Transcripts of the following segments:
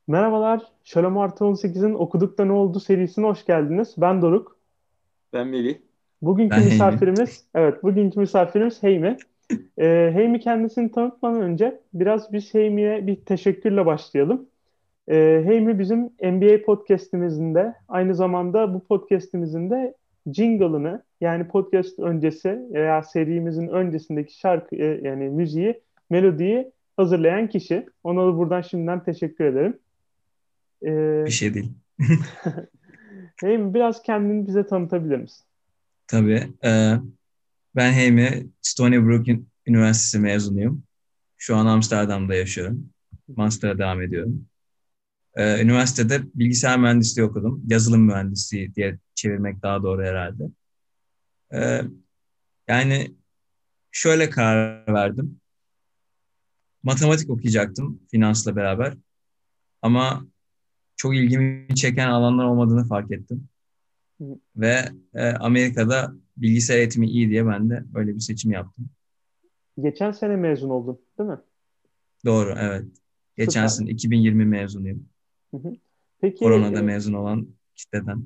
Merhabalar, Şalom Artı 18'in Okuduk da Ne Oldu serisine hoş geldiniz. Ben Doruk. Ben Melih. Bugünkü Ben Heymi. misafirimiz, evet bugünkü misafirimiz Heymi. Heymi kendisini tanıtmadan önce biraz biz Heymi'ye bir teşekkürle başlayalım. Heymi bizim NBA podcast'imizin de aynı zamanda bu podcast'imizin de jingle'ını yani podcast öncesi veya serimizin öncesindeki şarkı yani müziği, melodiyi hazırlayan kişi. Ona da buradan şimdiden teşekkür ederim. Bir Ee, şey değil. Hem biraz kendini bize tanıtabilir misin? Tabii. Ben Heymi. Stony Brook Üniversitesi mezunuyum. Şu an Amsterdam'da yaşıyorum. Master'a devam ediyorum. Üniversitede bilgisayar mühendisliği okudum. Yazılım mühendisliği diye çevirmek daha doğru herhalde. Ee, Yani şöyle karar verdim. Matematik okuyacaktım finansla beraber. Ama çok ilgimi çeken alanlar olmadığını fark ettim. Ve Amerika'da bilgisayar eğitimi iyi diye ben de öyle bir seçim yaptım. Geçen sene mezun oldun, değil mi? Doğru, evet. Geçen Süper. sene 2020 mezunuyum. Hı hı. Peki, Koronada mezun olan kitleden.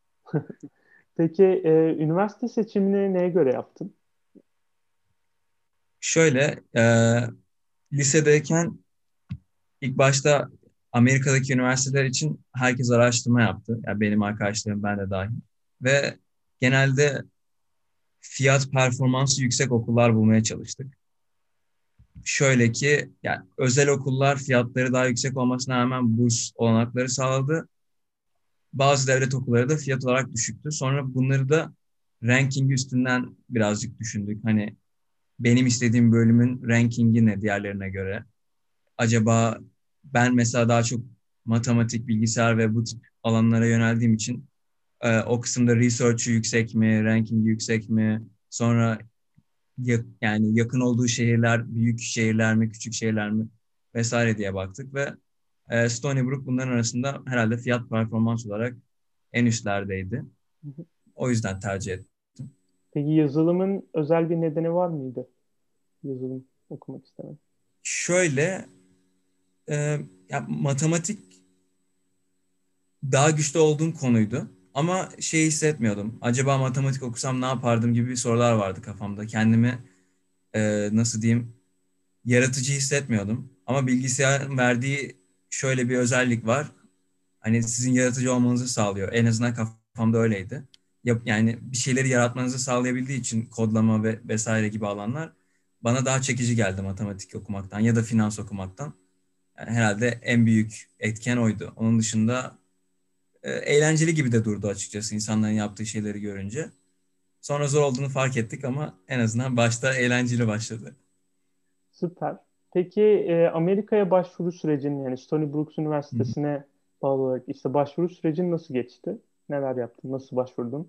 üniversite seçimini neye göre yaptın? Şöyle, lisedeyken ilk başta Amerika'daki üniversiteler için herkes araştırma yaptı. Yani benim arkadaşlarım, ben de dahil. Ve genelde fiyat performansı yüksek okullar bulmaya çalıştık. Şöyle ki, yani özel okullar fiyatları daha yüksek olmasına rağmen burs olanakları sağladı. Bazı devlet okulları da fiyat olarak düşüktü. Sonra bunları da ranking üstünden birazcık düşündük. Hani benim istediğim bölümün rankingi ne diğerlerine göre? Acaba ben mesela daha çok matematik, bilgisayar ve bu tip alanlara yöneldiğim için o kısımda research'ü yüksek mi, rankingi yüksek mi? Sonra yani yakın olduğu şehirler büyük şehirler mi, küçük şehirler mi vesaire diye baktık ve Stony Brook bunların arasında herhalde fiyat performans olarak en üstlerdeydi. Hı hı. O yüzden tercih ettim. Peki yazılımın özel bir nedeni var mıydı? Yazılım okumak istemek. Şöyle, e, ya, matematik daha güçlü olduğum konuydu. Ama şey hissetmiyordum. Acaba matematik okusam ne yapardım gibi bir sorular vardı kafamda. Kendimi nasıl diyeyim yaratıcı hissetmiyordum. Ama bilgisayarın verdiği şöyle bir özellik var. Hani sizin yaratıcı olmanızı sağlıyor. En azından kafamda öyleydi. Yani bir şeyleri yaratmanızı sağlayabildiği için kodlama ve vesaire gibi alanlar bana daha çekici geldi matematik okumaktan ya da finans okumaktan. Yani herhalde en büyük etken oydu. Onun dışında eğlenceli gibi de durdu açıkçası insanların yaptığı şeyleri görünce. Sonra zor olduğunu fark ettik ama en azından başta eğlenceli başladı. Süper. Peki Amerika'ya başvuru sürecin yani Stony Brook Üniversitesi'ne bağlı olarak işte başvuru sürecin nasıl geçti? Neler yaptın? Nasıl başvurdun?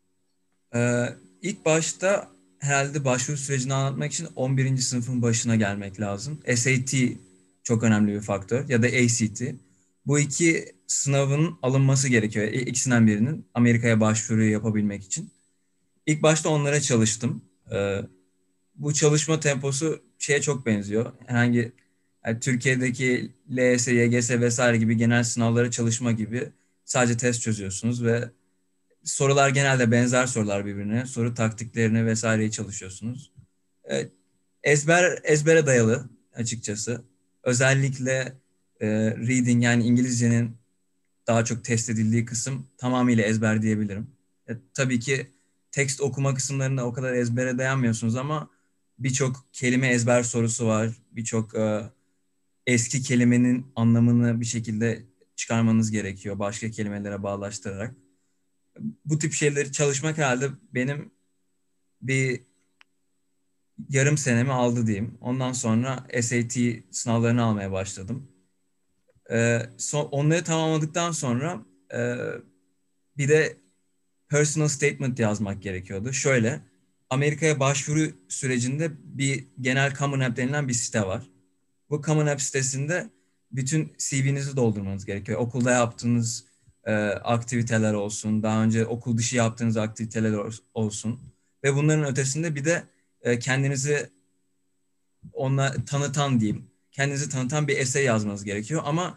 İlk başta herhalde başvuru sürecini anlatmak için 11. sınıfın başına gelmek lazım. SAT çok önemli bir faktör ya da ACT. Bu iki sınavın alınması gerekiyor. İkisinden birinin Amerika'ya başvuruyu yapabilmek için. İlk başta onlara çalıştım. Bu çalışma temposu şeye çok benziyor. Yani Türkiye'deki LYS, YGS vesaire gibi genel sınavlara çalışma gibi sadece test çözüyorsunuz ve sorular genelde benzer sorular birbirine. Soru taktiklerini vesaireyi çalışıyorsunuz. Evet, ezbere dayalı açıkçası. Özellikle reading yani İngilizcenin daha çok test edildiği kısım tamamıyla ezber diyebilirim. Tabii ki tekst okuma kısımlarında o kadar ezbere dayanmıyorsunuz ama birçok kelime ezber sorusu var. Birçok eski kelimenin anlamını bir şekilde çıkarmanız gerekiyor başka kelimelere bağlaştırarak. Bu tip şeyleri çalışmak herhalde benim bir yarım senemi aldı diyeyim. Ondan sonra SAT sınavlarını almaya başladım. Onları tamamladıktan sonra bir de personal statement yazmak gerekiyordu. Şöyle, Amerika'ya başvuru sürecinde bir genel Common App denilen bir site var. Bu Common App sitesinde bütün CV'nizi doldurmanız gerekiyor. Okulda yaptığınız aktiviteler olsun, daha önce okul dışı yaptığınız aktiviteler olsun. Ve bunların ötesinde bir de kendinizi ona tanıtan diyeyim. Kendinizi tanıtan bir essay yazmanız gerekiyor. Ama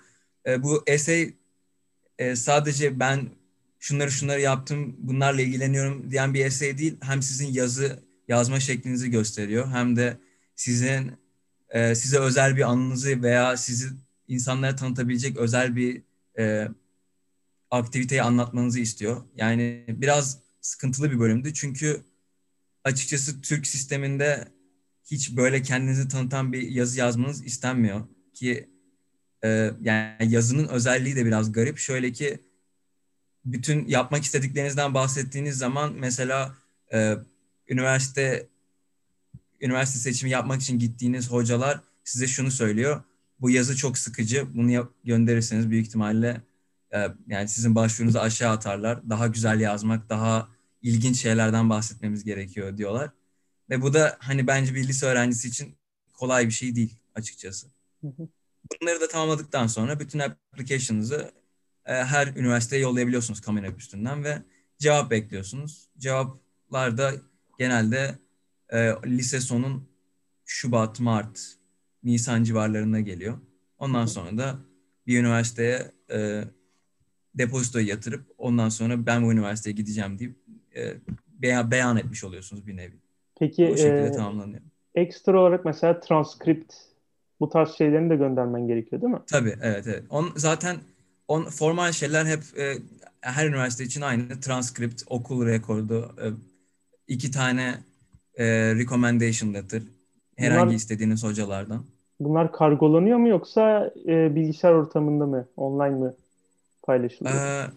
Bu essay sadece ben şunları yaptım, bunlarla ilgileniyorum diyen bir essay değil. Hem sizin yazma şeklinizi gösteriyor, hem de size özel bir anınızı veya sizi insanlara tanıtabilecek özel bir e, aktiviteyi anlatmanızı istiyor. Yani biraz sıkıntılı bir bölümdü. Çünkü açıkçası Türk sisteminde hiç böyle kendinizi tanıtan bir yazı yazmanız istenmiyor. Ki yani yazının özelliği de biraz garip. Şöyle ki bütün yapmak istediklerinizden bahsettiğiniz zaman mesela e, üniversite üniversite seçimi yapmak için gittiğiniz hocalar size şunu söylüyor. Bu yazı çok sıkıcı. Bunu gönderirseniz büyük ihtimalle yani sizin başvurunuzu aşağı atarlar. Daha güzel yazmak, daha ilginç şeylerden bahsetmemiz gerekiyor diyorlar. Ve bu da hani bence bir lise öğrencisi için kolay bir şey değil açıkçası. Hı hı. Bunları da tamamladıktan sonra bütün application'ınızı her üniversiteye yollayabiliyorsunuz Common App üstünden ve cevap bekliyorsunuz. Cevaplar da genelde lise sonun Şubat, Mart, Nisan civarlarında geliyor. Hı Ondan hı. sonra da bir üniversiteye depozitoyu yatırıp ondan sonra ben bu üniversiteye gideceğim deyip beyan etmiş oluyorsunuz bir nevi. Peki O şekilde tamamlanıyor. ekstra olarak mesela transkript bu tarz şeylerini de göndermen gerekiyor değil mi? Tabii, evet, evet. Zaten formal şeyler hep her üniversite için aynı. Transkript, okul rekordu, 2 tane recommendation letter, herhangi Bunlar istediğiniz hocalardan. bunlar kargolanıyor mu yoksa bilgisayar ortamında mı, online mı paylaşılıyor? E,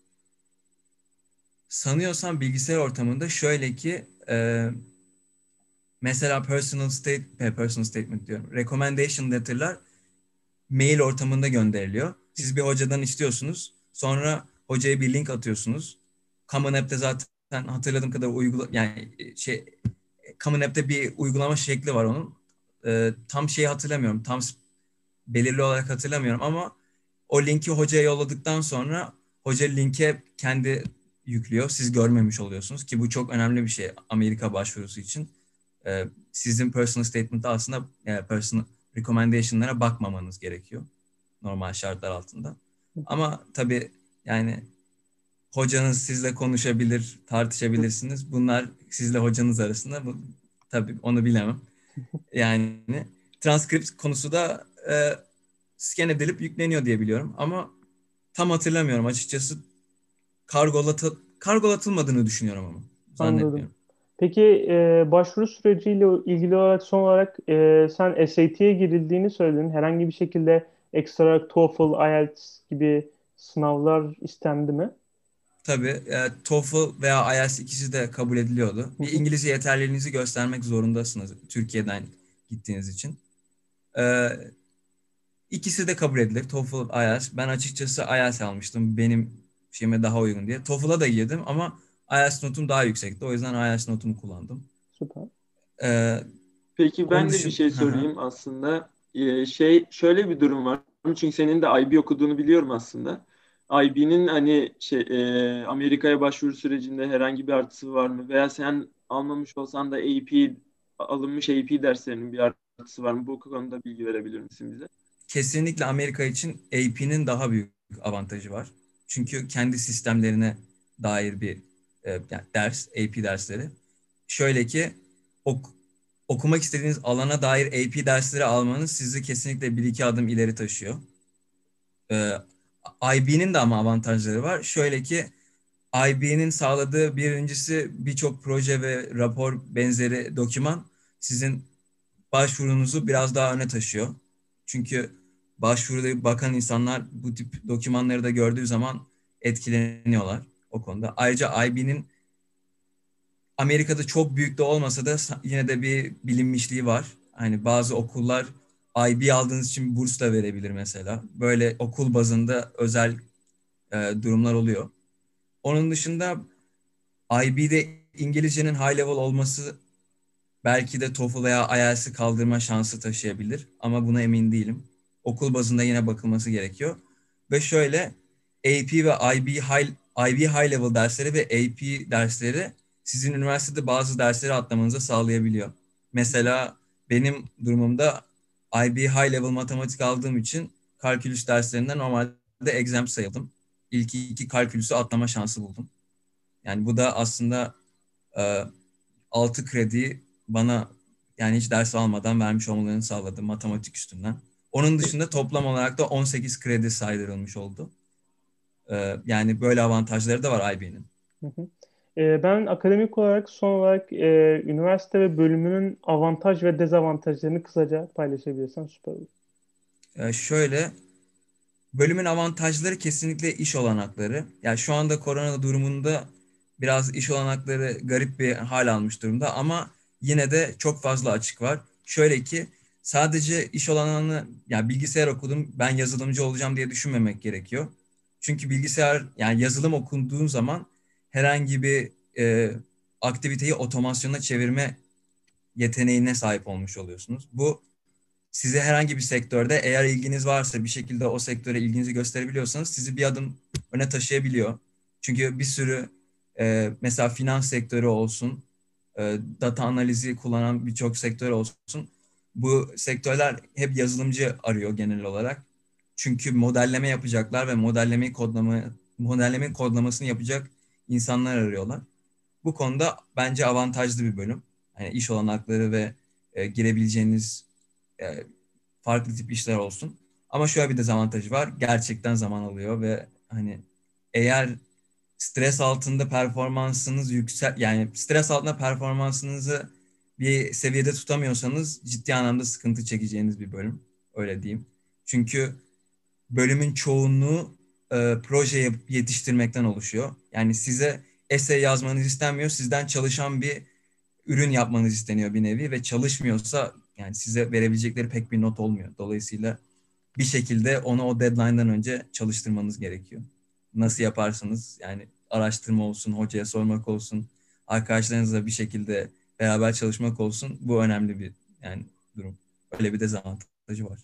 Sanıyorsam bilgisayar ortamında şöyle ki mesela personal statement diyorum. Recommendation letter'lar mail ortamında gönderiliyor. Siz bir hocadan istiyorsunuz. Sonra hocaya bir link atıyorsunuz. Common App'te zaten hatırladığım kadar yani Common App'te bir uygulama şekli var onun. Tam şeyi hatırlamıyorum. Tam belirli olarak hatırlamıyorum ama o linki hocaya yolladıktan sonra hoca linke kendi yüklüyor. Siz görmemiş oluyorsunuz ki bu çok önemli bir şey Amerika başvurusu için. Sizin personal statement'ta aslında personal recommendation'lara bakmamanız gerekiyor normal şartlar altında. Ama tabii yani hocanız sizle konuşabilir, tartışabilirsiniz. Bunlar sizle hocanız arasında. Tabii onu bilemem. Yani transkript konusu da scan edilip yükleniyor diye biliyorum. Ama tam hatırlamıyorum açıkçası. Kargolatılmadığını düşünüyorum ama. Anladım. Zannetmiyorum. Peki başvuru süreciyle ilgili olarak son olarak sen SAT'ye girildiğini söyledin. Herhangi bir şekilde ekstra TOEFL, IELTS gibi sınavlar istendi mi? Tabii TOEFL veya IELTS ikisi de kabul ediliyordu. Hı Bir hı. İngilizce yeterliliğinizi göstermek zorundasınız Türkiye'den gittiğiniz için. E, İkisi de kabul edilir. TOEFL, IELTS. Ben açıkçası IELTS almıştım. Benim şeyime daha uygun diye. TOEFL'a da girdim ama IELTS notum daha yüksekti. O yüzden IELTS notumu kullandım. Süper. Ee, Peki Onun ben de bir dışında... şey sorayım aslında. Şöyle bir durum var. Çünkü senin de IB okuduğunu biliyorum aslında. IB'nin hani Amerika'ya başvuru sürecinde herhangi bir artısı var mı? Veya sen almamış olsan da alınmış AP derslerinin bir artısı var mı? Bu konuda bilgi verebilir misin bize? Kesinlikle Amerika için AP'nin daha büyük avantajı var. Çünkü kendi sistemlerine dair bir yani AP dersleri. Şöyle ki ok- okumak istediğiniz alana dair AP dersleri almanız sizi kesinlikle bir iki adım ileri taşıyor. Ee, IB'nin de ama avantajları var. Şöyle ki IB'nin sağladığı birincisi birçok proje ve rapor benzeri doküman sizin başvurunuzu biraz daha öne taşıyor. Çünkü başvuruda bakan insanlar bu tip dokümanları da gördüğü zaman etkileniyorlar o konuda. Ayrıca IB'nin Amerika'da çok büyük de olmasa da yine de bir bilinmişliği var. Hani bazı okullar IB aldığınız için burs da verebilir mesela. Böyle okul bazında özel durumlar oluyor. Onun dışında IB'de İngilizcenin high level olması belki de TOEFL veya IELTS'i kaldırma şansı taşıyabilir ama buna emin değilim. Okul bazında yine bakılması gerekiyor. Ve şöyle AP ve IB High Level dersleri ve AP dersleri sizin üniversitede bazı dersleri atlamanıza sağlayabiliyor. Mesela benim durumumda IB High Level matematik aldığım için kalkülüs derslerinde normalde exempt sayıldım. İlk iki kalkülüsü atlama şansı buldum. Yani bu da aslında 6 krediyi bana yani hiç ders almadan vermiş olmalarını sağladı matematik üstünden. Onun dışında toplam olarak da 18 kredi saydırılmış oldu. Yani böyle avantajları da var IB'nin. Hı hı. Ben akademik olarak son olarak üniversite ve bölümünün avantaj ve dezavantajlarını kısaca paylaşabilirsen süper olur. Şöyle, bölümün avantajları kesinlikle iş olanakları. Yani şu anda korona durumunda biraz iş olanakları garip bir hal almış durumda ama yine de çok fazla açık var. Şöyle ki sadece iş olanağını yani bilgisayar okudum ben yazılımcı olacağım diye düşünmemek gerekiyor. Çünkü bilgisayar yani yazılım okunduğun zaman herhangi bir aktiviteyi otomasyona çevirme yeteneğine sahip olmuş oluyorsunuz. Bu sizi herhangi bir sektörde eğer ilginiz varsa bir şekilde o sektöre ilginizi gösterebiliyorsanız sizi bir adım öne taşıyabiliyor. Çünkü bir sürü mesela finans sektörü olsun, data analizi kullanan birçok sektör olsun. Bu sektörler hep yazılımcı arıyor genel olarak. Çünkü modelleme yapacaklar ve modellemenin kodlamasını yapacak insanlar arıyorlar. Bu konuda bence avantajlı bir bölüm. Yani iş olanakları ve girebileceğiniz e, farklı tip işler olsun. Ama şöyle bir dezavantajı var. Gerçekten zaman alıyor ve hani eğer stres altında performansınız yani stres altında performansınızı bir seviyede tutamıyorsanız ciddi anlamda sıkıntı çekeceğiniz bir bölüm. Öyle diyeyim. Çünkü bölümün çoğunluğu proje yetiştirmekten oluşuyor. Yani size essay yazmanız istenmiyor. Sizden çalışan bir ürün yapmanız isteniyor bir nevi ve çalışmıyorsa yani size verebilecekleri pek bir not olmuyor. Dolayısıyla bir şekilde onu o deadline'dan önce çalıştırmanız gerekiyor. Nasıl yaparsınız? Yani araştırma olsun, hocaya sormak olsun, arkadaşlarınızla bir şekilde beraber çalışmak olsun. Bu önemli bir yani durum. Öyle bir dezavantajı var.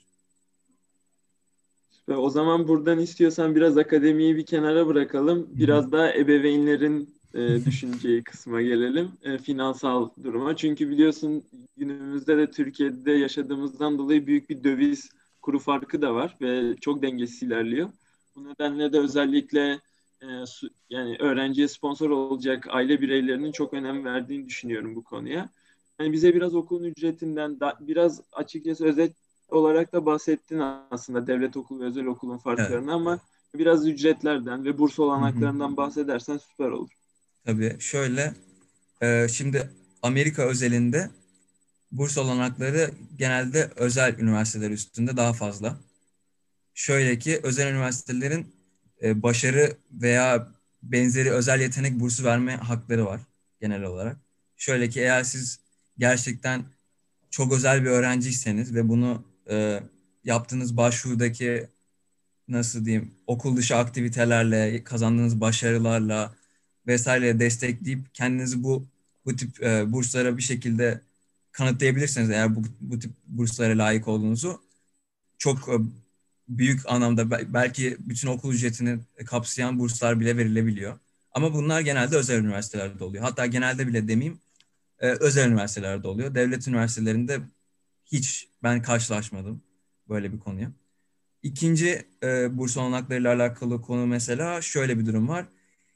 Ve o zaman buradan istiyorsan biraz akademiyi bir kenara bırakalım. Biraz da ebeveynlerin düşüneceği kısma gelelim. Finansal duruma. Çünkü biliyorsun günümüzde de Türkiye'de yaşadığımızdan dolayı büyük bir döviz kuru farkı da var ve çok dengesiz ilerliyor. Bu nedenle de özellikle yani öğrenciye sponsor olacak aile bireylerinin çok önem verdiğini düşünüyorum bu konuya. Yani bize biraz okulun ücretinden biraz açıkçası özet olarak da bahsettin aslında devlet okulu ve özel okulun Evet. farklarını ama biraz ücretlerden ve burs Hı hı. olanaklarından bahsedersen süper olur. Tabii şöyle şimdi Amerika özelinde burs olanakları genelde özel üniversiteler üstünde daha fazla. Şöyle ki özel üniversitelerin başarı veya benzeri özel yetenek bursu verme hakları var genel olarak. Şöyle ki eğer siz gerçekten çok özel bir öğrenciyseniz ve bunu yaptığınız başvurudaki nasıl diyeyim okul dışı aktivitelerle, kazandığınız başarılarla vesaire destekleyip kendinizi bu tip burslara bir şekilde kanıtlayabilirsiniz eğer bu tip burslara layık olduğunuzu çok büyük anlamda belki bütün okul ücretini kapsayan burslar bile verilebiliyor. Ama bunlar genelde özel üniversitelerde oluyor. Hatta genelde bile demeyeyim özel üniversitelerde oluyor. Devlet üniversitelerinde hiç ben karşılaşmadım böyle bir konuya. İkinci burs olanaklarıyla alakalı konu mesela şöyle bir durum var.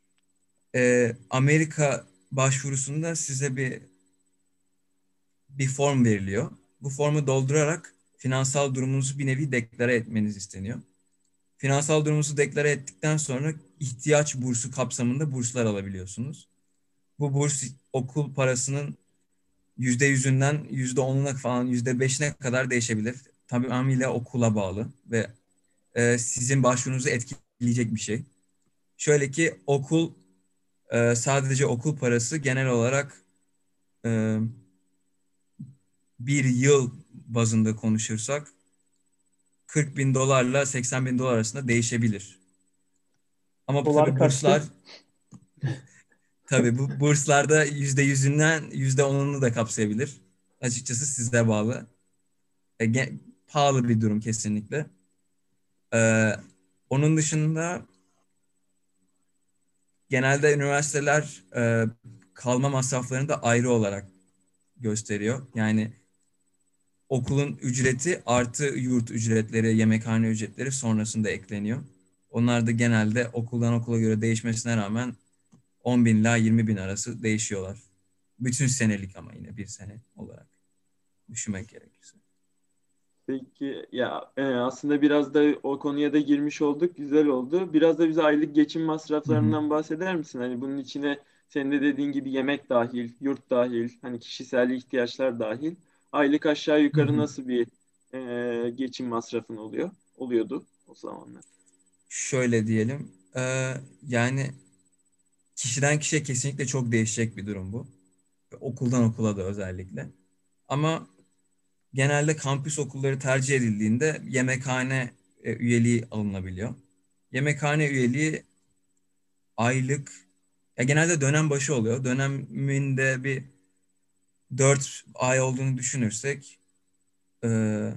Amerika başvurusunda size bir form veriliyor. Bu formu doldurarak finansal durumunuzu bir nevi deklare etmeniz isteniyor. Finansal durumunuzu deklare ettikten sonra ihtiyaç bursu kapsamında burslar alabiliyorsunuz. Bu burs okul parasının %100'ünden %10'una falan %5'ine kadar değişebilir. Tamamıyla okula bağlı ve sizin başvurunuzu etkileyecek bir şey. Şöyle ki sadece okul parası genel olarak e, bir yıl bazında konuşursak 40 bin dolarla 80 bin dolar arasında değişebilir. Ama Dolar tabii burslar kaçtı? tabii bu burslarda %100'ünden %10'unu da kapsayabilir. Açıkçası size bağlı. Pahalı bir durum kesinlikle. E, Onun dışında genelde üniversiteler kalma masraflarını da ayrı olarak gösteriyor. Yani okulun ücreti artı yurt ücretleri, yemekhane ücretleri sonrasında ekleniyor. Onlar da genelde okuldan okula göre değişmesine rağmen 10 bin ila 20 bin arası değişiyorlar. Bütün senelik ama yine bir sene olarak düşünmek gerekirse. Peki ya aslında biraz da o konuya da girmiş olduk. Güzel oldu. Biraz da bize aylık geçim Hı hı. masraflarından bahseder misin? Hani bunun içine senin de dediğin gibi yemek dahil, yurt dahil, hani kişisel ihtiyaçlar dahil. Aylık aşağı Hı yukarı hı. nasıl bir geçim masrafın oluyordu o zamanlar? Şöyle diyelim, yani kişiden kişiye kesinlikle çok değişecek bir durum bu. Okuldan okula da özellikle. Ama genelde kampüs okulları tercih edildiğinde yemekhane üyeliği alınabiliyor. Yemekhane üyeliği aylık, ya genelde dönem başı oluyor. Döneminde bir 4 ay olduğunu düşünürsek e,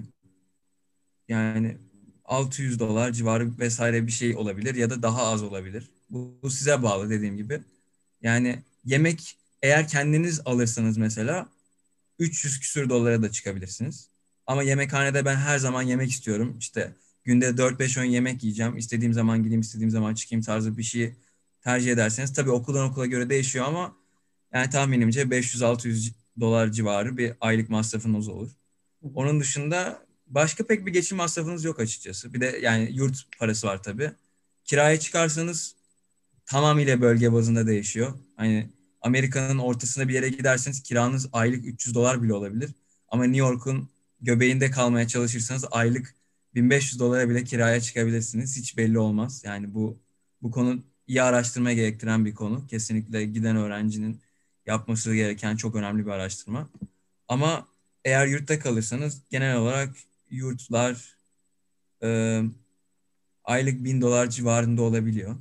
yani 600 dolar civarı vesaire bir şey olabilir ya da daha az olabilir. Bu size bağlı dediğim gibi. Yani yemek eğer kendiniz alırsanız mesela 300 küsür dolara da çıkabilirsiniz. Ama yemekhanede ben her zaman yemek istiyorum. İşte günde 4-5 öğün yemek yiyeceğim. İstediğim zaman gideyim, istediğim zaman çıkayım tarzı bir şey tercih ederseniz. Tabii okuldan okula göre değişiyor ama yani tahminimce 500-600 dolar civarı bir aylık masrafınız olur. Hı hı. Onun dışında başka pek bir geçim masrafınız yok açıkçası. Bir de yani yurt parası var tabii. Kiraya çıkarsanız tamamıyla bölge bazında değişiyor. Hani Amerika'nın ortasına bir yere giderseniz kiranız aylık 300 dolar bile olabilir. Ama New York'un göbeğinde kalmaya çalışırsanız aylık 1500 dolara bile kiraya çıkabilirsiniz. Hiç belli olmaz. Yani bu konu iyi araştırma gerektiren bir konu. Kesinlikle giden öğrencinin yapması gereken çok önemli bir araştırma. Ama eğer yurtta kalırsanız genel olarak yurtlar e, aylık 1000 dolar civarında olabiliyor.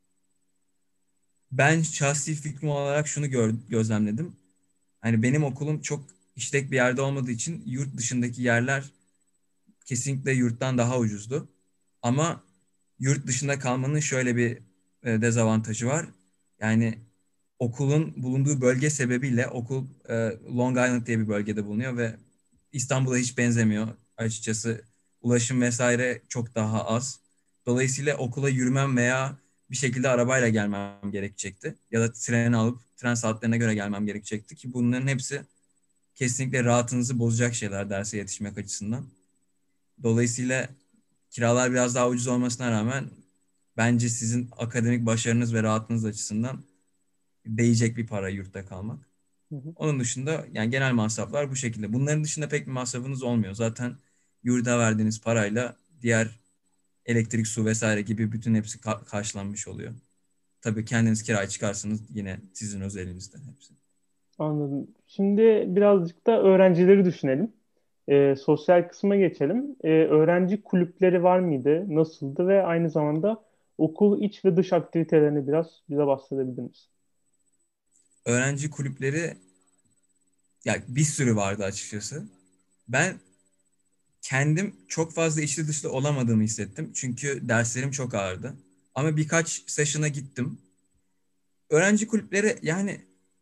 Ben şahsi fikrim olarak şunu gözlemledim. Hani benim okulum çok işlek bir yerde olmadığı için yurt dışındaki yerler kesinlikle yurttan daha ucuzdu. Ama yurt dışında kalmanın şöyle bir dezavantajı var. Yani okulun bulunduğu bölge sebebiyle okul Long Island diye bir bölgede bulunuyor ve İstanbul'a hiç benzemiyor. Açıkçası ulaşım vesaire çok daha az. Dolayısıyla okula yürümem veya bir şekilde arabayla gelmem gerekecekti. Ya da treni alıp tren saatlerine göre gelmem gerekecekti ki bunların hepsi kesinlikle rahatınızı bozacak şeyler derse yetişmek açısından. Dolayısıyla kiralar biraz daha ucuz olmasına rağmen bence sizin akademik başarınız ve rahatınız açısından değecek bir para yurtta kalmak. Hı hı. Onun dışında yani genel masraflar bu şekilde. Bunların dışında pek bir masrafınız olmuyor. Zaten yurda verdiğiniz parayla diğer elektrik, su vesaire gibi bütün hepsi karşılanmış oluyor. Tabii kendiniz kiraya çıkarsanız yine sizin özelinizde hepsi. Anladım. Şimdi birazcık da öğrencileri düşünelim. Sosyal kısma geçelim. Öğrenci kulüpleri var mıydı? Nasıldı? Ve aynı zamanda okul iç ve dış aktivitelerini biraz bize bahsedebilir misin? Öğrenci kulüpleri ya bir sürü vardı açıkçası. Ben kendim çok fazla içli dışlı olamadığımı hissettim. Çünkü derslerim çok ağırdı. Ama birkaç session'a gittim. Öğrenci kulüpleri yani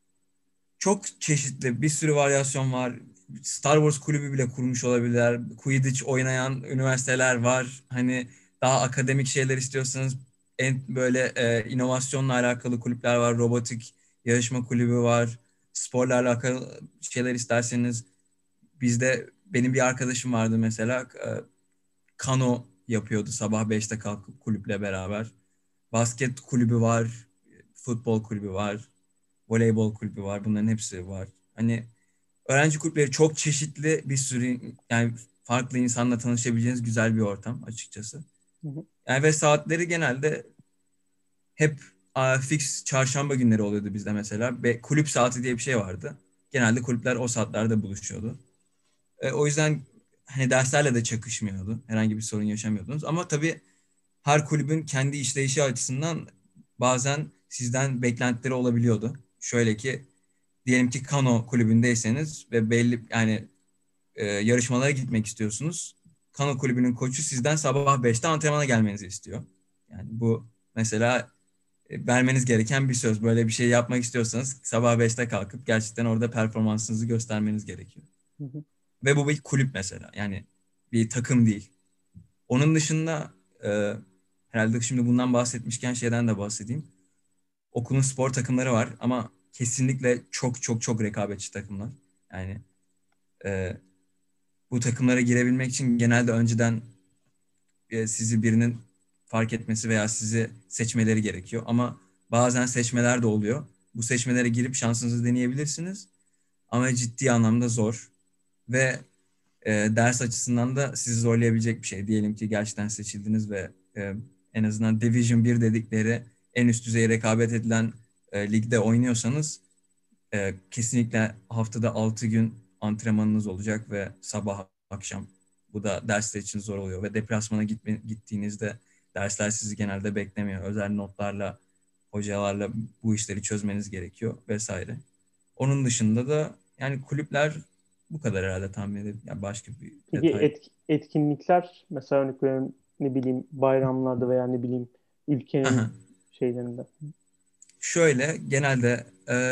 çok çeşitli, bir sürü varyasyon var. Star Wars kulübü bile kurmuş olabilirler. Quidditch oynayan üniversiteler var. Hani daha akademik şeyler istiyorsanız en böyle inovasyonla alakalı kulüpler var. Robotik yarışma kulübü var. Sporla alakalı şeyler isterseniz bizde benim bir arkadaşım vardı mesela. Kano yapıyordu sabah 5'te kalkıp kulüple beraber. Basket kulübü var, futbol kulübü var, voleybol kulübü var. Bunların hepsi var. Hani öğrenci kulüpleri çok çeşitli bir sürü yani farklı insanla tanışabileceğiniz güzel bir ortam açıkçası. Hı hı. Yani ve saatleri genelde hep fix çarşamba günleri oluyordu bizde mesela. Ve kulüp saati diye bir şey vardı. Genelde kulüpler o saatlerde buluşuyordu. O yüzden hani derslerle de çakışmıyordu. Herhangi bir sorun yaşamıyordunuz. Ama tabii her kulübün kendi işleyişi açısından bazen sizden beklentileri olabiliyordu. Şöyle ki diyelim ki kano kulübündeyseniz ve belli yani yarışmalara gitmek istiyorsunuz. Kano kulübünün koçu sizden sabah 5'te antrenmana gelmenizi istiyor. Yani bu mesela vermeniz gereken bir söz. Böyle bir şey yapmak istiyorsanız sabah 5'te kalkıp gerçekten orada performansınızı göstermeniz gerekiyor. Hı hı. Ve bu bir kulüp mesela. Yani bir takım değil. Onun dışında herhalde şimdi bundan bahsetmişken şeyden de bahsedeyim. Okulun spor takımları var ama kesinlikle çok çok çok rekabetçi takımlar. Yani e, bu takımlara girebilmek için genelde önceden sizi birinin fark etmesi veya sizi seçmeleri gerekiyor. Ama bazen seçmeler de oluyor. Bu seçmelere girip şansınızı deneyebilirsiniz. Ama ciddi anlamda zor. Ve ders açısından da sizi zorlayabilecek bir şey. Diyelim ki gerçekten seçildiniz ve en azından Division 1 dedikleri en üst düzey rekabet edilen ligde oynuyorsanız kesinlikle haftada 6 gün antrenmanınız olacak ve sabah akşam bu da dersler için zor oluyor ve deplasmana gittiğinizde dersler sizi genelde beklemiyor. Özel notlarla, hocalarla bu işleri çözmeniz gerekiyor vesaire. Onun dışında da yani kulüpler bu kadar herhalde tahmin edip yani başka bir Peki detay. etkinlikler mesela örnek veriyorum ne bileyim bayramlarda veya ne bileyim ülkenin şeylerinde. Şöyle genelde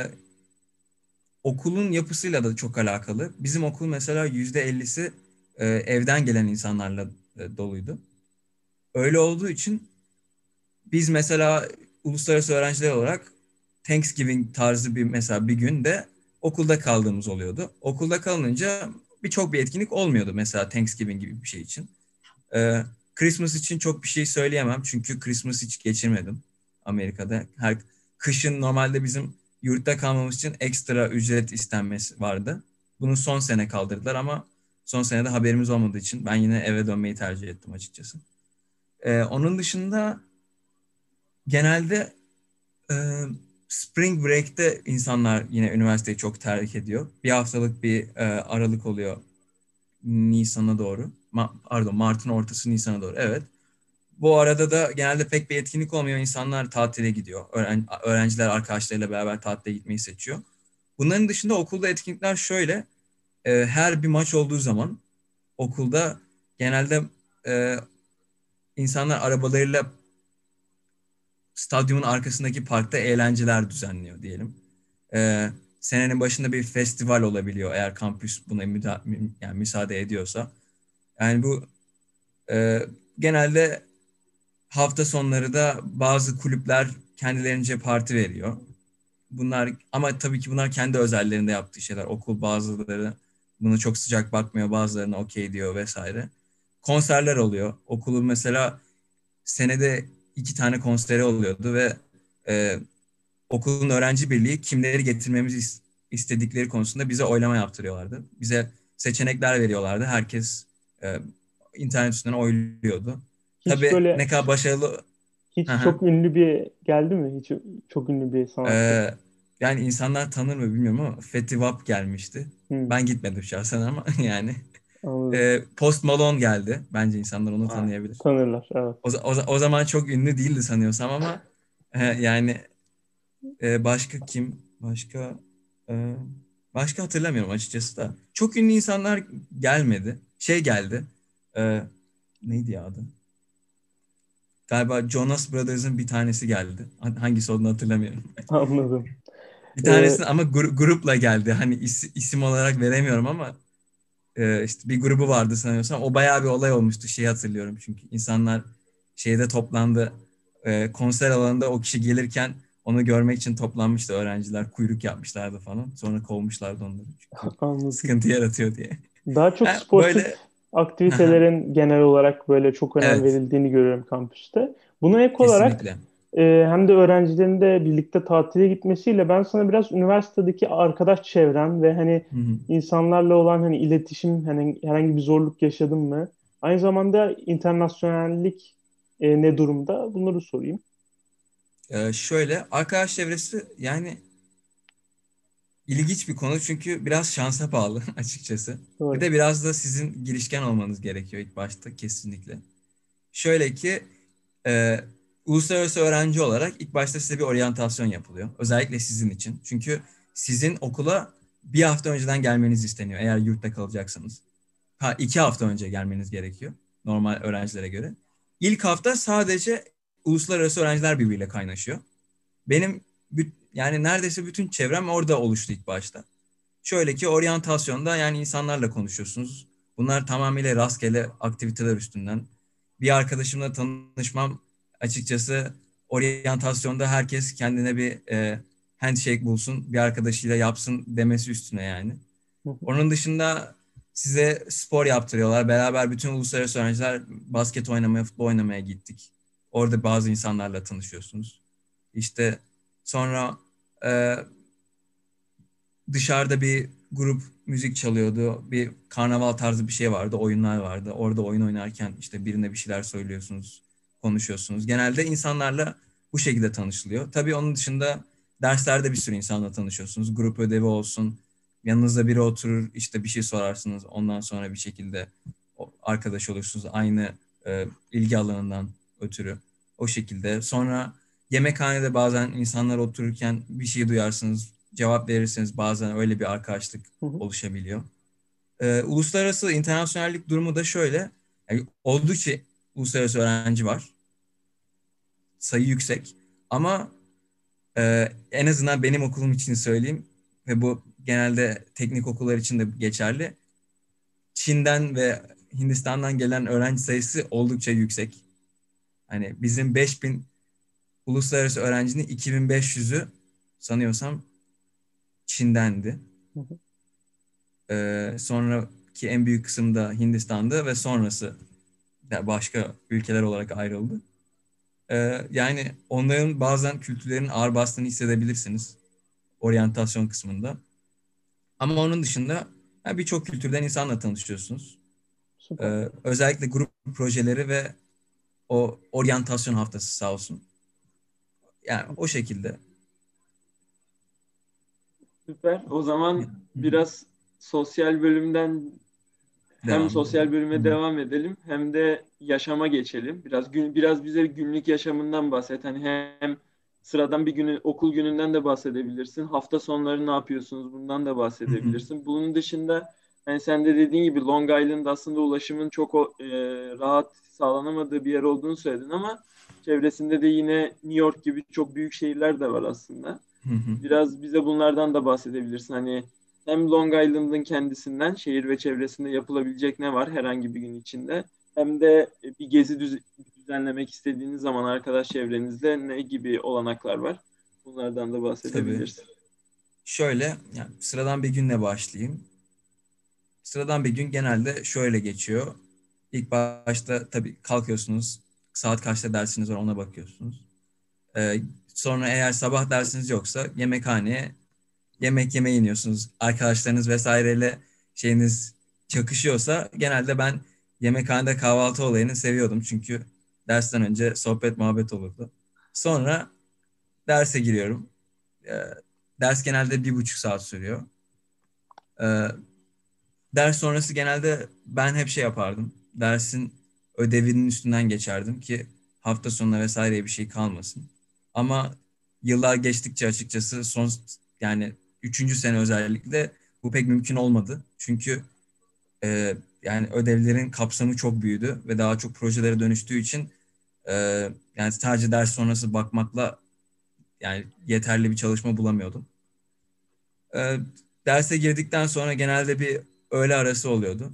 okulun yapısıyla da çok alakalı. Bizim okul mesela %50'si evden gelen insanlarla doluydu. Öyle olduğu için biz mesela uluslararası öğrenciler olarak Thanksgiving tarzı bir mesela bir günde okulda kaldığımız oluyordu. Okulda kalınca birçok bir etkinlik olmuyordu mesela Thanksgiving gibi bir şey için. Christmas için çok bir şey söyleyemem çünkü Christmas hiç geçirmedim Amerika'da. Kışın normalde bizim yurtta kalmamız için ekstra ücret istenmesi vardı. Bunu son sene kaldırdılar ama son senede haberimiz olmadığı için ben yine eve dönmeyi tercih ettim açıkçası. Onun dışında genelde e, Spring Break'te insanlar yine üniversiteyi çok tercih ediyor. Bir haftalık bir aralık oluyor Nisan'a doğru. Pardon, Mart'ın ortası Nisan'a doğru. Evet. Bu arada da genelde pek bir etkinlik olmuyor. İnsanlar tatile gidiyor. Öğrenciler arkadaşlarıyla beraber tatile gitmeyi seçiyor. Bunların dışında okulda etkinlikler şöyle. Her bir maç olduğu zaman okulda genelde e, insanlar arabalarıyla stadyumun arkasındaki parkta eğlenceler düzenliyor diyelim. Senenin başında bir festival olabiliyor eğer kampüs buna yani müsaade ediyorsa. Yani bu e, genelde hafta sonları da bazı kulüpler kendilerince parti veriyor. Bunlar ama tabii ki bunlar kendi özellerinde yaptığı şeyler. Okul bazıları buna çok sıcak bakmıyor, bazılarına okey diyor vesaire. Konserler oluyor. Okulun mesela senede 2 tane konseri oluyordu ve e, okulun öğrenci birliği kimleri getirmemizi istedikleri konusunda bize oylama yaptırıyorlardı. Bize seçenekler veriyorlardı. Herkes e, internet üstünden oyluyordu. Hiç Tabii böyle ne kadar başarılı. Hı hiç hı. çok ünlü bir geldi mi? Hiç çok ünlü bir sanatçı. Yani insanlar tanır mı bilmiyorum ama Fetty Wap gelmişti. Hmm, Ben gitmedim şahsen ama yani. anladım. Post Malone geldi. Bence insanlar onu Aa, tanıyabilir. Tanırlar. Evet. O zaman çok ünlü değildi sanıyorsam ama yani başka kim? E, başka hatırlamıyorum açıkçası da. Çok ünlü insanlar gelmedi. Şey geldi. E, neydi ya adı? Galiba Jonas Brothers'ın bir tanesi geldi. Hangisi olduğunu hatırlamıyorum. Anladım. Bir Ee, tanesini ama grupla geldi. Hani isim olarak veremiyorum ama işte bir grubu vardı sanıyorsam. O bayağı bir olay olmuştu. Şeyi hatırlıyorum çünkü insanlar şeyde toplandı. Konser alanında o kişi gelirken onu görmek için toplanmıştı öğrenciler. Kuyruk yapmışlardı falan. Sonra kovmuşlardı onları. Çünkü anladım. sıkıntı yaratıyor diye. Daha çok sportif Böyle aktivitelerin genel olarak böyle çok önem evet, verildiğini görüyorum kampüste. Buna ek olarak kesinlikle. hem de öğrencilerin de birlikte tatile gitmesiyle ben sana biraz üniversitedeki arkadaş çevren ve hani Hı hı. insanlarla olan hani iletişim hani herhangi bir zorluk yaşadın mı? Aynı zamanda internasyonellik ne durumda? Bunları sorayım. Şöyle arkadaş çevresi yani İlginç bir konu çünkü biraz şansa bağlı açıkçası. Bir Doğru. de biraz da sizin girişken olmanız gerekiyor ilk başta kesinlikle. Şöyle ki e, uluslararası öğrenci olarak ilk başta size bir oryantasyon yapılıyor. Özellikle sizin için. Çünkü sizin okula bir hafta önceden gelmeniz isteniyor eğer yurtta kalacaksanız. 2 hafta önce gelmeniz gerekiyor normal öğrencilere göre. İlk hafta sadece uluslararası öğrenciler birbiriyle kaynaşıyor. Benim yani neredeyse bütün çevrem orada oluştu ilk başta. Şöyle ki oryantasyonda yani insanlarla konuşuyorsunuz. Bunlar tamamıyla rastgele aktiviteler üstünden. Bir arkadaşımla tanışmam açıkçası oryantasyonda herkes kendine bir handshake bulsun, bir arkadaşıyla yapsın demesi üstüne yani. Onun dışında size spor yaptırıyorlar. Beraber bütün uluslararası öğrenciler basket oynamaya, futbol oynamaya gittik. Orada bazı insanlarla tanışıyorsunuz. İşte sonra e, dışarıda bir grup müzik çalıyordu. Bir karnaval tarzı bir şey vardı, oyunlar vardı. Orada oyun oynarken işte birine bir şeyler söylüyorsunuz, konuşuyorsunuz. Genelde insanlarla bu şekilde tanışılıyor. Tabii onun dışında derslerde bir sürü insanla tanışıyorsunuz. Grup ödevi olsun, yanınızda biri oturur, işte bir şey sorarsınız. Ondan sonra bir şekilde arkadaş olursunuz aynı ilgi alanından ötürü. O şekilde. Sonra yemekhanede bazen insanlar otururken bir şey duyarsınız, cevap verirsiniz. Bazen öyle bir arkadaşlık oluşabiliyor. Uluslararası internasyonellik durumu da şöyle. Yani oldukça uluslararası öğrenci var. Sayı yüksek. Ama en azından benim okulum için söyleyeyim ve bu genelde teknik okullar için de geçerli. Çin'den ve Hindistan'dan gelen öğrenci sayısı oldukça yüksek. Hani bizim 5000 uluslararası öğrencinin 2500'ü sanıyorsam Çin'dendi. Sonraki en büyük kısım da Hindistan'dı ve sonrası da başka ülkeler olarak ayrıldı. Yani onların bazen kültürlerin ağır bastığını hissedebilirsiniz oryantasyon kısmında. Ama onun dışında yani birçok kültürden insanla tanışıyorsunuz. Süper. Özellikle grup projeleri ve o oryantasyon haftası sağ olsun. Yani o şekilde. Süper. O zaman biraz sosyal bölümden hem Devam sosyal edelim. bölüme devam edelim hem de yaşama geçelim. Biraz bize günlük yaşamından bahset. Hani hem sıradan bir günü okul gününden de bahsedebilirsin. Hafta sonları ne yapıyorsunuz? Bundan da bahsedebilirsin. Bunun dışında hani sen de dediğin gibi Long Island aslında ulaşımın çok rahat sağlanamadığı bir yer olduğunu söyledin ama çevresinde de yine New York gibi çok büyük şehirler de var aslında. Biraz bize bunlardan da bahsedebilirsin. Hani hem Long Island'ın kendisinden, şehir ve çevresinde yapılabilecek ne var herhangi bir gün içinde, hem de bir düzenlemek istediğiniz zaman arkadaş çevrenizde ne gibi olanaklar var? Bunlardan da Tabii. bahsedebilirsin. Şöyle, yani sıradan bir günle başlayayım. Sıradan bir gün genelde şöyle geçiyor. İlk başta tabii kalkıyorsunuz. Saat kaçta dersiniz var ona bakıyorsunuz. Sonra eğer sabah dersiniz yoksa yemekhaneye yemek yemeye iniyorsunuz. Arkadaşlarınız vesaireyle şeyiniz çakışıyorsa genelde ben yemekhanede kahvaltı olayını seviyordum. Çünkü dersten önce sohbet muhabbet olurdu. Sonra derse giriyorum. Ee, Ders genelde 1,5 saat sürüyor. Ee, Ders sonrası genelde ben hep şey yapardım. Dersin ödevinin üstünden geçerdim ki hafta sonuna vesaireye bir şey kalmasın. Ama yıllar geçtikçe açıkçası yani 3. sene özellikle bu pek mümkün olmadı. Çünkü yani ödevlerin kapsamı çok büyüdü ve daha çok projelere dönüştüğü için e, yani sadece ders sonrası bakmakla yani yeterli bir çalışma bulamıyordum. E, Derse girdikten sonra genelde bir öğle arası oluyordu.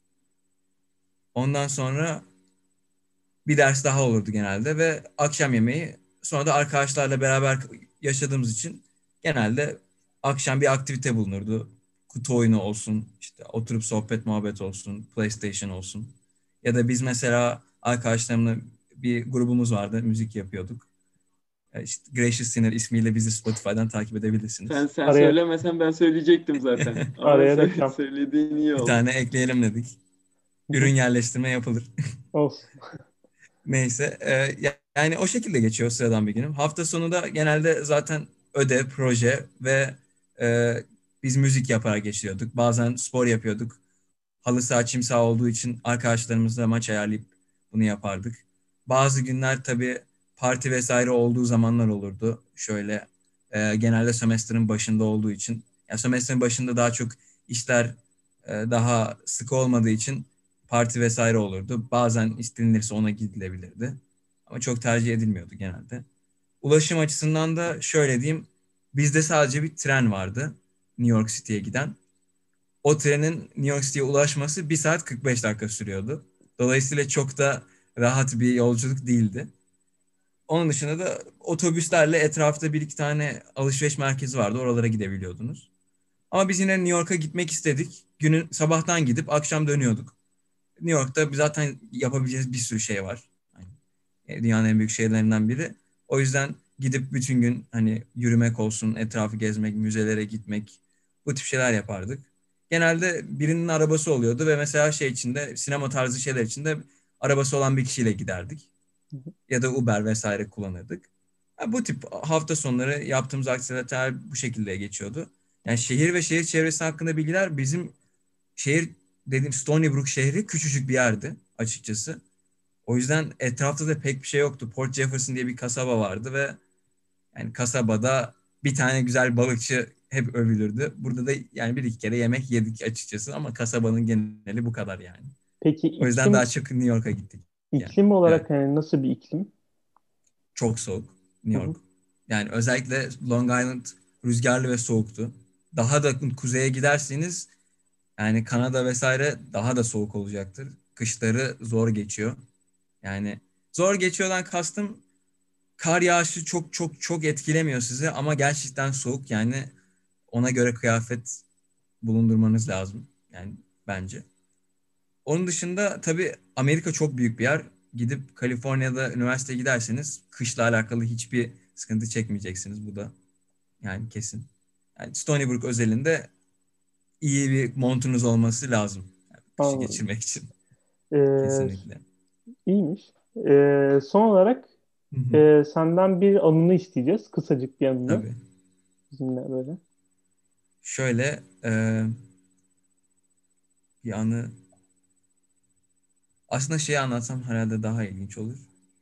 Ondan sonra bir ders daha olurdu genelde ve akşam yemeği. Sonra da arkadaşlarla beraber yaşadığımız için genelde akşam bir aktivite bulunurdu. Kutu oyunu olsun, işte oturup sohbet muhabbet olsun, PlayStation olsun. Ya da biz mesela arkadaşlarımla bir grubumuz vardı, müzik yapıyorduk. İşte Gracious Sinner ismiyle bizi Spotify'dan takip Sen edebilirsiniz. sen Araya söylemesen ben söyleyecektim zaten. Ama araya reklam söylediğin iyi Bir oldu. tane ekleyelim dedik. Ürün yerleştirme yapılır. olsun. Neyse, yani o şekilde geçiyor sıradan bir günüm. Hafta sonu da genelde zaten ödev, proje ve e, biz müzik yaparak geçiriyorduk. Bazen spor yapıyorduk. Halı saha, çim saha olduğu için arkadaşlarımızla maç ayarlayıp bunu yapardık. Bazı günler tabii parti vesaire olduğu zamanlar olurdu. Şöyle genelde sömestrin başında olduğu için. Yani sömestrin başında daha çok işler daha sık olmadığı için parti vesaire olurdu. Bazen istenilirse ona gidilebilirdi. Ama çok tercih edilmiyordu genelde. Ulaşım açısından da şöyle diyeyim. Bizde sadece bir tren vardı. New York City'ye giden. O trenin New York City'ye ulaşması 1 saat 45 dakika sürüyordu. Dolayısıyla çok da rahat bir yolculuk değildi. Onun dışında da otobüslerle etrafta bir iki tane alışveriş merkezi vardı. Oralara gidebiliyordunuz. Ama biz yine New York'a gitmek istedik. Günün sabahtan gidip akşam dönüyorduk. New York'ta zaten yapabileceğiniz bir sürü şey var. Hani dünyanın en büyük şehirlerinden biri. O yüzden gidip bütün gün hani yürümek olsun, etrafı gezmek, müzelere gitmek, bu tip şeyler yapardık. Genelde birinin arabası oluyordu ve mesela şey içinde, sinema tarzı şeyler içinde arabası olan bir kişiyle giderdik. Ya da Uber vesaire kullanırdık. Bu tip hafta sonları yaptığımız aktiviteler bu şekilde geçiyordu. Yani şehir ve şehir çevresi hakkında bilgiler, bizim şehir dediğim Stony Brook şehri küçücük bir yerdi açıkçası. O yüzden etrafta da pek bir şey yoktu. Port Jefferson diye bir kasaba vardı ve yani kasabada bir tane güzel balıkçı hep övülürdü. Burada da yani bir iki kere yemek yedik açıkçası ama kasabanın geneli bu kadar yani. Peki O yüzden daha çok New York'a gittik. Yani, iklim evet, olarak yani nasıl bir iklim? çok soğuk Hı New hı. York. Yani özellikle Long Island rüzgarlı ve soğuktu. Daha da kuzeye giderseniz yani Kanada vesaire daha da soğuk olacaktır. Kışları zor geçiyor. Yani zor geçiyordan kastım, kar yağışı çok çok çok etkilemiyor sizi ama gerçekten soğuk, yani ona göre kıyafet bulundurmanız lazım yani bence. Onun dışında tabii Amerika çok büyük bir yer. Gidip Kaliforniya'da üniversiteye giderseniz kışla alakalı hiçbir sıkıntı çekmeyeceksiniz, bu da yani kesin. Yani Stony Brook özelinde iyi bir montunuz olması lazım. Yani kışı Anladım. geçirmek için. Ee, Kesinlikle. iyiymiş. Son olarak Hı hı. senden bir anını isteyeceğiz. Kısacık bir anını. Tabii. Bizimle böyle. Şöyle bir anı, aslında şeyi anlatsam herhalde daha ilginç olur.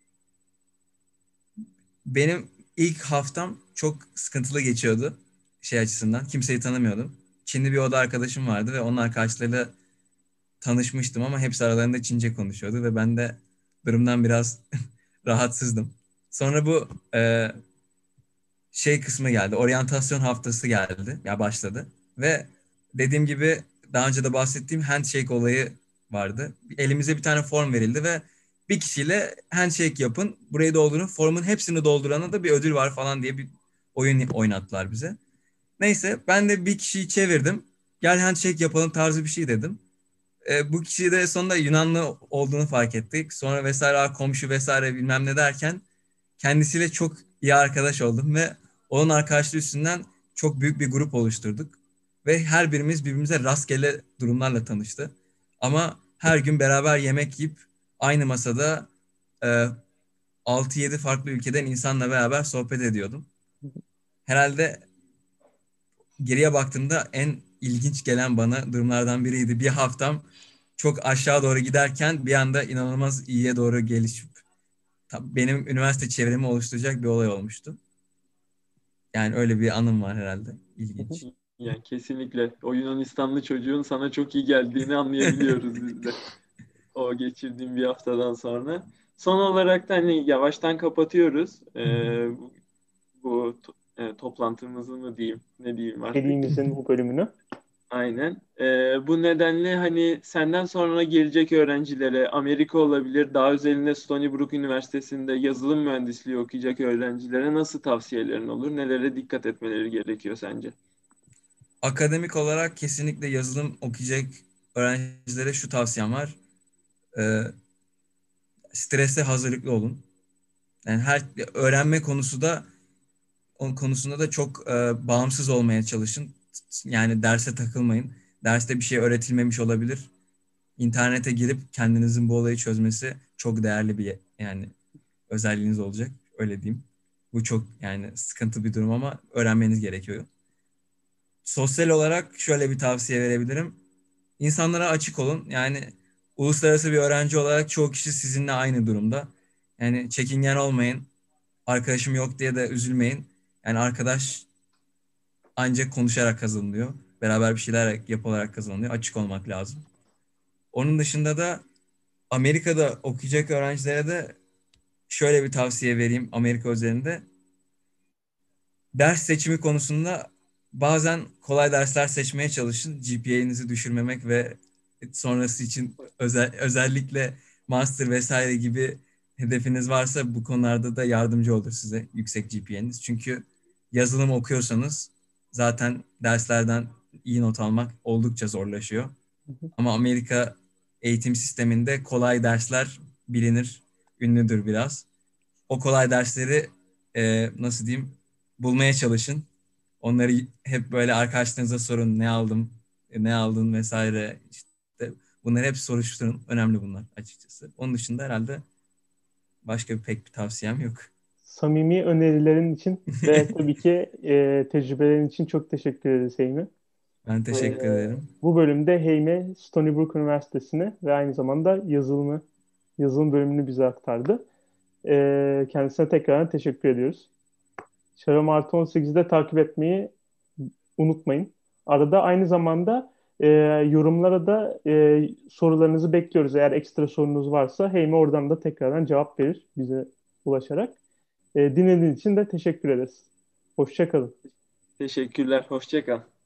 Benim ilk haftam çok sıkıntılı geçiyordu şey açısından. Kimseyi tanımıyordum. Çinli bir oda arkadaşım vardı ve onun arkadaşlarıyla tanışmıştım ama hepsi aralarında Çince konuşuyordu ve ben de durumdan biraz rahatsızdım. Sonra bu şey kısmı geldi. Oryantasyon haftası geldi. Ya başladı. Ve dediğim gibi daha önce de bahsettiğim handshake olayı vardı. Elimize bir tane form verildi ve bir kişiyle handshake yapın, burayı doldurun, formun hepsini doldurana da bir ödül var falan diye bir oyun oynattılar bize. Neyse ben de bir kişiyi çevirdim. Gel handshake yapalım tarzı bir şey dedim. Bu kişi de sonunda Yunanlı olduğunu fark ettik. Sonra vesaire komşu vesaire bilmem ne derken kendisiyle çok iyi arkadaş oldum ve onun arkadaşlığı üstünden çok büyük bir grup oluşturduk. Ve her birimiz birbirimize rastgele durumlarla tanıştı. Ama her gün beraber yemek yiyip aynı masada e, 6-7 farklı ülkeden insanla beraber sohbet ediyordum. Herhalde geriye baktığımda en ilginç gelen bana durumlardan biriydi. Bir haftam çok aşağı doğru giderken bir anda inanılmaz iyiye doğru gelişip benim üniversite çevremi oluşturacak bir olay olmuştu. Yani öyle bir anım var herhalde. İlginç. Yani kesinlikle o Yunanistanlı çocuğun sana çok iyi geldiğini anlayabiliyoruz biz de. O geçirdiğim bir haftadan sonra. Son olarak da hani yavaştan kapatıyoruz. Toplantımızı mı diyeyim, ne diyeyim artık. Serimizin bu bölümünü. Aynen. Bu nedenle hani senden sonra gelecek öğrencilere Amerika olabilir, daha özelinde Stony Brook Üniversitesi'nde yazılım mühendisliği okuyacak öğrencilere nasıl tavsiyelerin olur? Nelere dikkat etmeleri gerekiyor sence? Akademik olarak kesinlikle yazılım okuyacak öğrencilere şu tavsiyem var. Ee, Strese hazırlıklı olun. Yani her öğrenme konusunda da çok bağımsız olmaya çalışın. Yani derse takılmayın. Derste bir şey öğretilmemiş olabilir. İnternete girip kendinizin bu olayı çözmesi çok değerli bir yani özelliğiniz olacak. Öyle diyeyim. Bu çok yani sıkıntı bir durum ama öğrenmeniz gerekiyor. Sosyal olarak şöyle bir tavsiye verebilirim. İnsanlara açık olun. Yani uluslararası bir öğrenci olarak çoğu kişi sizinle aynı durumda. Yani çekingen olmayın. Arkadaşım yok diye de üzülmeyin. Yani arkadaş ancak konuşarak kazanılıyor. Beraber bir şeyler yapılarak kazanılıyor. Açık olmak lazım. Onun dışında da Amerika'da okuyacak öğrencilere de şöyle bir tavsiye vereyim Amerika özelinde. Ders seçimi konusunda bazen kolay dersler seçmeye çalışın. GPA'nizi düşürmemek ve sonrası için özellikle master vesaire gibi hedefiniz varsa bu konularda da yardımcı olur size yüksek GPA'niz. Çünkü yazılım okuyorsanız zaten derslerden iyi not almak oldukça zorlaşıyor. Ama Amerika eğitim sisteminde kolay dersler bilinir, ünlüdür biraz. O kolay dersleri nasıl diyeyim bulmaya çalışın. Onları hep böyle arkadaşlarınıza sorun ne aldım, ne aldın vesaire. İşte bunları hep soruşturun. Önemli bunlar açıkçası. Onun dışında herhalde başka pek bir tavsiyem yok. Samimi önerilerin için ve tabii ki tecrübelerin için çok teşekkür ederiz Heymi. Ben teşekkür ederim. Bu bölümde Heymi Stony Brook Üniversitesi'ni ve aynı zamanda yazılım bölümünü bize aktardı. Kendisine tekrardan teşekkür ediyoruz. Şaram Artı 18'de takip etmeyi unutmayın. Arada aynı zamanda yorumlara da sorularınızı bekliyoruz. Eğer ekstra sorunuz varsa Heymi oradan da tekrardan cevap verir bize ulaşarak. Dinlediğiniz için de teşekkür ederiz. Hoşça kalın. Teşekkürler. Hoşça kal.